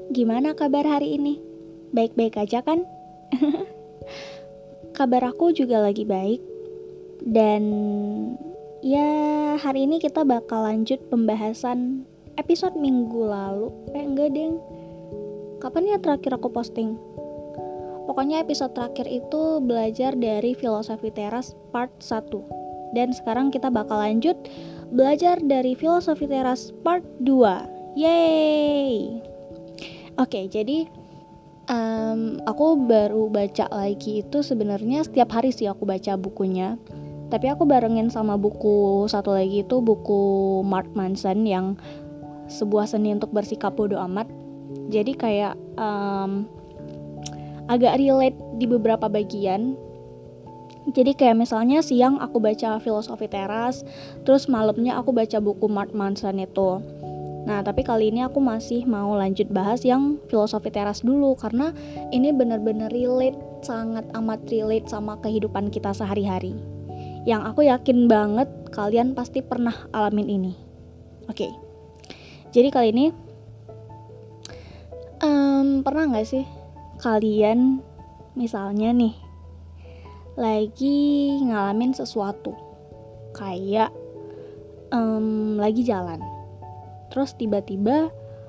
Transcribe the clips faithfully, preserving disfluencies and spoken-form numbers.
gimana kabar hari ini? Baik-baik aja kan? Kabar aku juga lagi baik. Dan ya hari ini kita bakal lanjut pembahasan episode minggu lalu. Eh enggak deng, kapan ya terakhir aku posting? Pokoknya episode terakhir itu belajar dari filosofi teras part satu. Dan sekarang kita bakal lanjut belajar dari filosofi teras part dua. Yeay. Oke, jadi um, aku baru baca lagi itu sebenarnya setiap hari sih aku baca bukunya. Tapi aku barengin sama buku satu lagi itu buku Mark Manson yang sebuah seni untuk bersikap bodoh amat. Jadi kayak um, agak relate di beberapa bagian. Jadi kayak misalnya siang aku baca filosofi teras, terus malamnya aku baca buku Mark Manson itu. Nah, tapi kali ini aku masih mau lanjut bahas yang filosofi teras dulu karena ini benar-benar relate, sangat amat relate sama kehidupan kita sehari-hari. Yang aku yakin banget kalian pasti pernah alamin ini. Oke. Jadi kali ini um, pernah nggak sih kalian misalnya nih lagi ngalamin sesuatu kayak um, lagi jalan. Terus tiba-tiba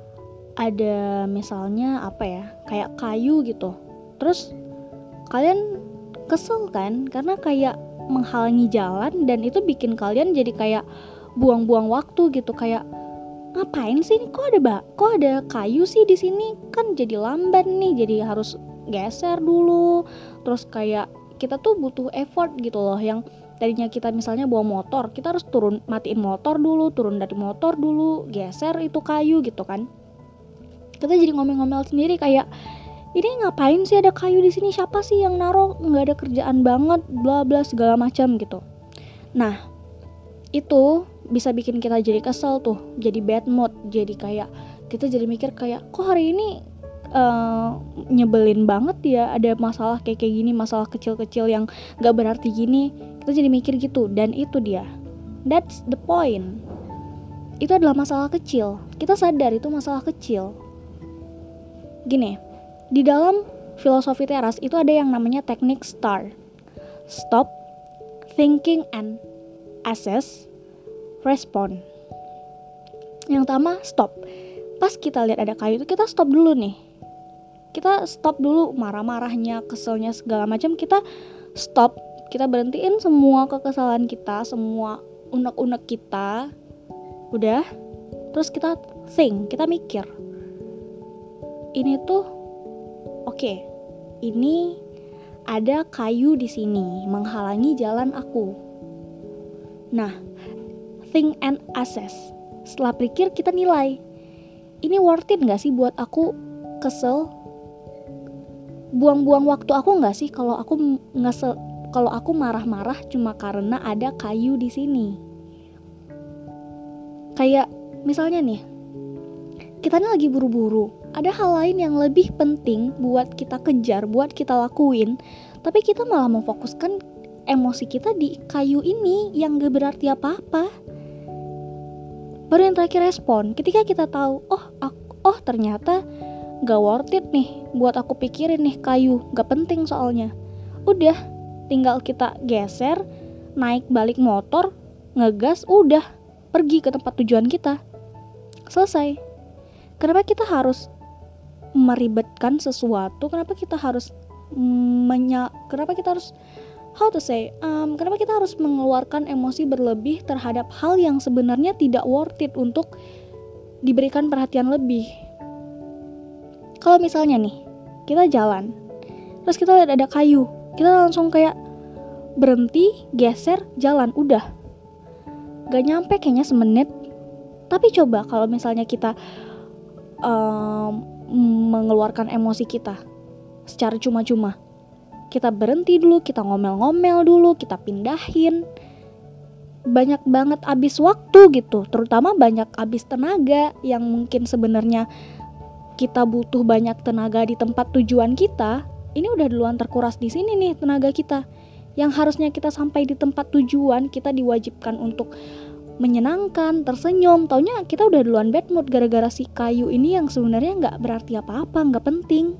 ada misalnya apa ya, kayak kayu gitu. Terus kalian kesel kan karena kayak menghalangi jalan dan itu bikin kalian jadi kayak buang-buang waktu gitu, kayak ngapain sih ini, kok ada ba- kok ada kayu sih di sini, kan jadi lambat nih, jadi harus geser dulu. Terus kayak kita tuh butuh effort gitu loh, yang tadinya kita misalnya bawa motor, kita harus turun, matiin motor dulu, turun dari motor dulu, geser itu kayu gitu kan. Kita jadi ngomel-ngomel sendiri kayak, ini ngapain sih ada kayu di sini, siapa sih yang naruh, nggak ada kerjaan banget, bla bla segala macam gitu. Nah, itu bisa bikin kita jadi kesel tuh, jadi bad mood, jadi kayak kita jadi mikir kayak, kok hari ini Uh, nyebelin banget ya, ada masalah kayak kayak gini, masalah kecil-kecil yang gak berarti gini. Kita jadi mikir gitu, dan itu dia, that's the point. Itu adalah masalah kecil, kita sadar itu masalah kecil. Gini, di dalam filosofi teras itu ada yang namanya teknik STAR. Stop, thinking and assess, respond. Yang pertama, stop. Pas kita lihat ada kayu itu, kita stop dulu nih. Kita stop dulu marah-marahnya, keselnya segala macam, kita stop, kita berhentiin semua kekesalan kita, semua unek-unek kita. Udah, terus kita think, kita mikir. Ini tuh oke. Okay, ini ada kayu di sini menghalangi jalan aku. Nah, think and assess. Setelah pikir kita nilai. Ini worth it enggak sih buat aku kesel? Buang-buang waktu aku nggak sih kalau aku ngesel, kalau aku marah-marah cuma karena ada kayu di sini? Kayak misalnya nih, kita ini lagi buru-buru, ada hal lain yang lebih penting buat kita kejar, buat kita lakuin, tapi kita malah memfokuskan emosi kita di kayu ini yang gak berarti apa-apa. Baru yang terakhir respon, ketika kita tahu, oh, aku, oh ternyata gak worth it nih buat aku pikirin nih kayu, gak penting soalnya. Udah, tinggal kita geser, naik balik motor, ngegas, udah pergi ke tempat tujuan kita. Selesai. Kenapa kita harus meribetkan sesuatu? Kenapa kita harus menya kenapa kita harus how to say um, kenapa kita harus mengeluarkan emosi berlebih terhadap hal yang sebenarnya tidak worth it untuk diberikan perhatian lebih? Kalau misalnya nih, kita jalan, terus kita lihat ada kayu, kita langsung kayak berhenti, geser, jalan, udah. Gak nyampe kayaknya semenit. Tapi coba kalau misalnya kita um, mengeluarkan emosi kita secara cuma-cuma, kita berhenti dulu, kita ngomel-ngomel dulu, kita pindahin, banyak banget abis waktu gitu, terutama banyak abis tenaga yang mungkin sebenarnya kita butuh banyak tenaga di tempat tujuan kita. Ini udah duluan terkuras di sini nih tenaga kita. Yang harusnya kita sampai di tempat tujuan, kita diwajibkan untuk menyenangkan, tersenyum. Taunya kita udah duluan bad mood gara-gara si kayu ini yang sebenarnya nggak berarti apa-apa, nggak penting.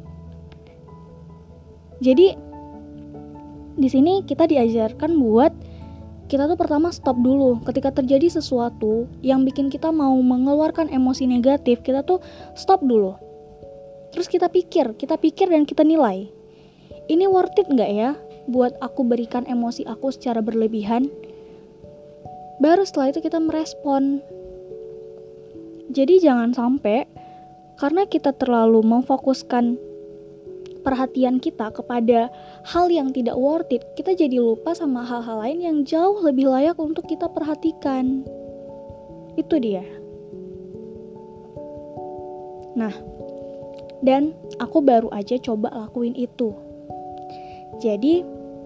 Jadi di sini kita diajarkan buat kita tuh pertama stop dulu. Ketika terjadi sesuatu yang bikin kita mau mengeluarkan emosi negatif, kita tuh stop dulu. Terus kita pikir, kita pikir dan kita nilai. Ini worth it nggak ya buat aku berikan emosi aku secara berlebihan? Baru setelah itu kita merespon. Jadi jangan sampai karena kita terlalu memfokuskan perhatian kita kepada hal yang tidak worth it, kita jadi lupa sama hal-hal lain yang jauh lebih layak untuk kita perhatikan. Itu dia. Nah, dan aku baru aja coba lakuin itu. Jadi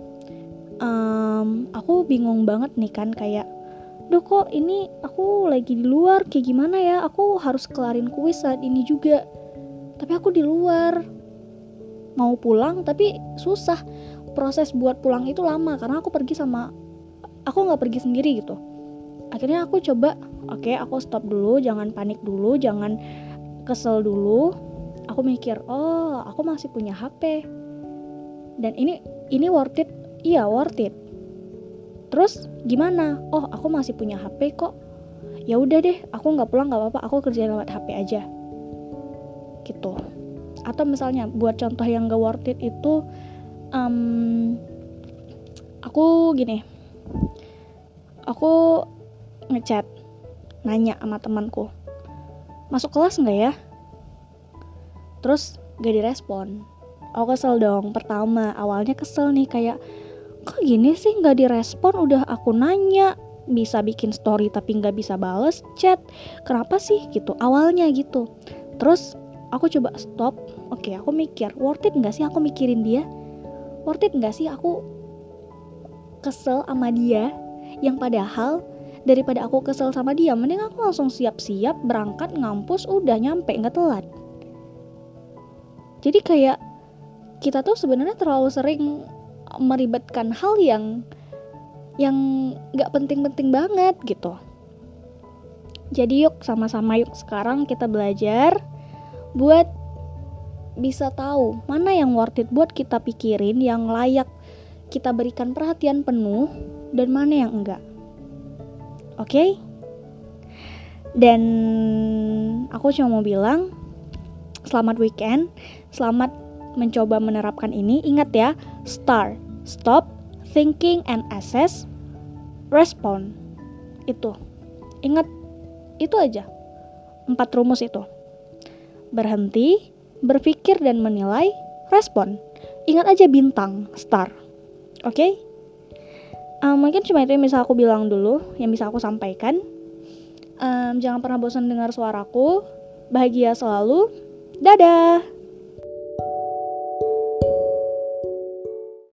um, aku bingung banget nih kan, kayak duh kok ini aku lagi di luar, kayak gimana ya, aku harus kelarin kuis saat ini juga, tapi aku di luar, mau pulang tapi susah, proses buat pulang itu lama karena aku pergi sama, aku gak pergi sendiri gitu. Akhirnya aku coba, oke okay, aku stop dulu, jangan panik dulu, jangan kesel dulu. Aku mikir, oh aku masih punya H P dan ini ini worth it, iya worth it. Terus gimana? Oh aku masih punya H P kok. Ya udah deh, aku nggak pulang nggak apa-apa, aku kerjain lewat H P aja. Gitu. Atau misalnya buat contoh yang gak worth it itu, um, aku gini, aku ngechat, nanya sama temanku, masuk kelas nggak ya? Terus gak direspon. Aku kesel dong. Pertama, awalnya kesel nih, kayak kok gini sih gak direspon, udah aku nanya, bisa bikin story tapi gak bisa bales chat, kenapa sih gitu, awalnya gitu. Terus aku coba stop, oke aku mikir, worth it gak sih aku mikirin dia, worth it gak sih aku kesel sama dia, yang padahal daripada aku kesel sama dia, mending aku langsung siap-siap berangkat ngampus, udah nyampe gak telat. Jadi kayak kita tuh sebenarnya terlalu sering meribatkan hal yang yang gak penting-penting banget gitu. Jadi yuk sama-sama yuk sekarang kita belajar buat bisa tahu mana yang worth it buat kita pikirin, yang layak kita berikan perhatian penuh, dan mana yang enggak. Oke? Okay? Dan aku cuma mau bilang selamat weekend, selamat mencoba menerapkan ini. Ingat ya, start, stop, thinking and assess, respond. Itu. Ingat itu aja. Empat rumus itu. Berhenti, berpikir dan menilai, respon. Ingat aja bintang, star. Oke? Okay? Um, mungkin cuma itu yang bisa aku bilang dulu, yang bisa aku sampaikan. Um, jangan pernah bosan dengar suaraku. Bahagia selalu. Dadah.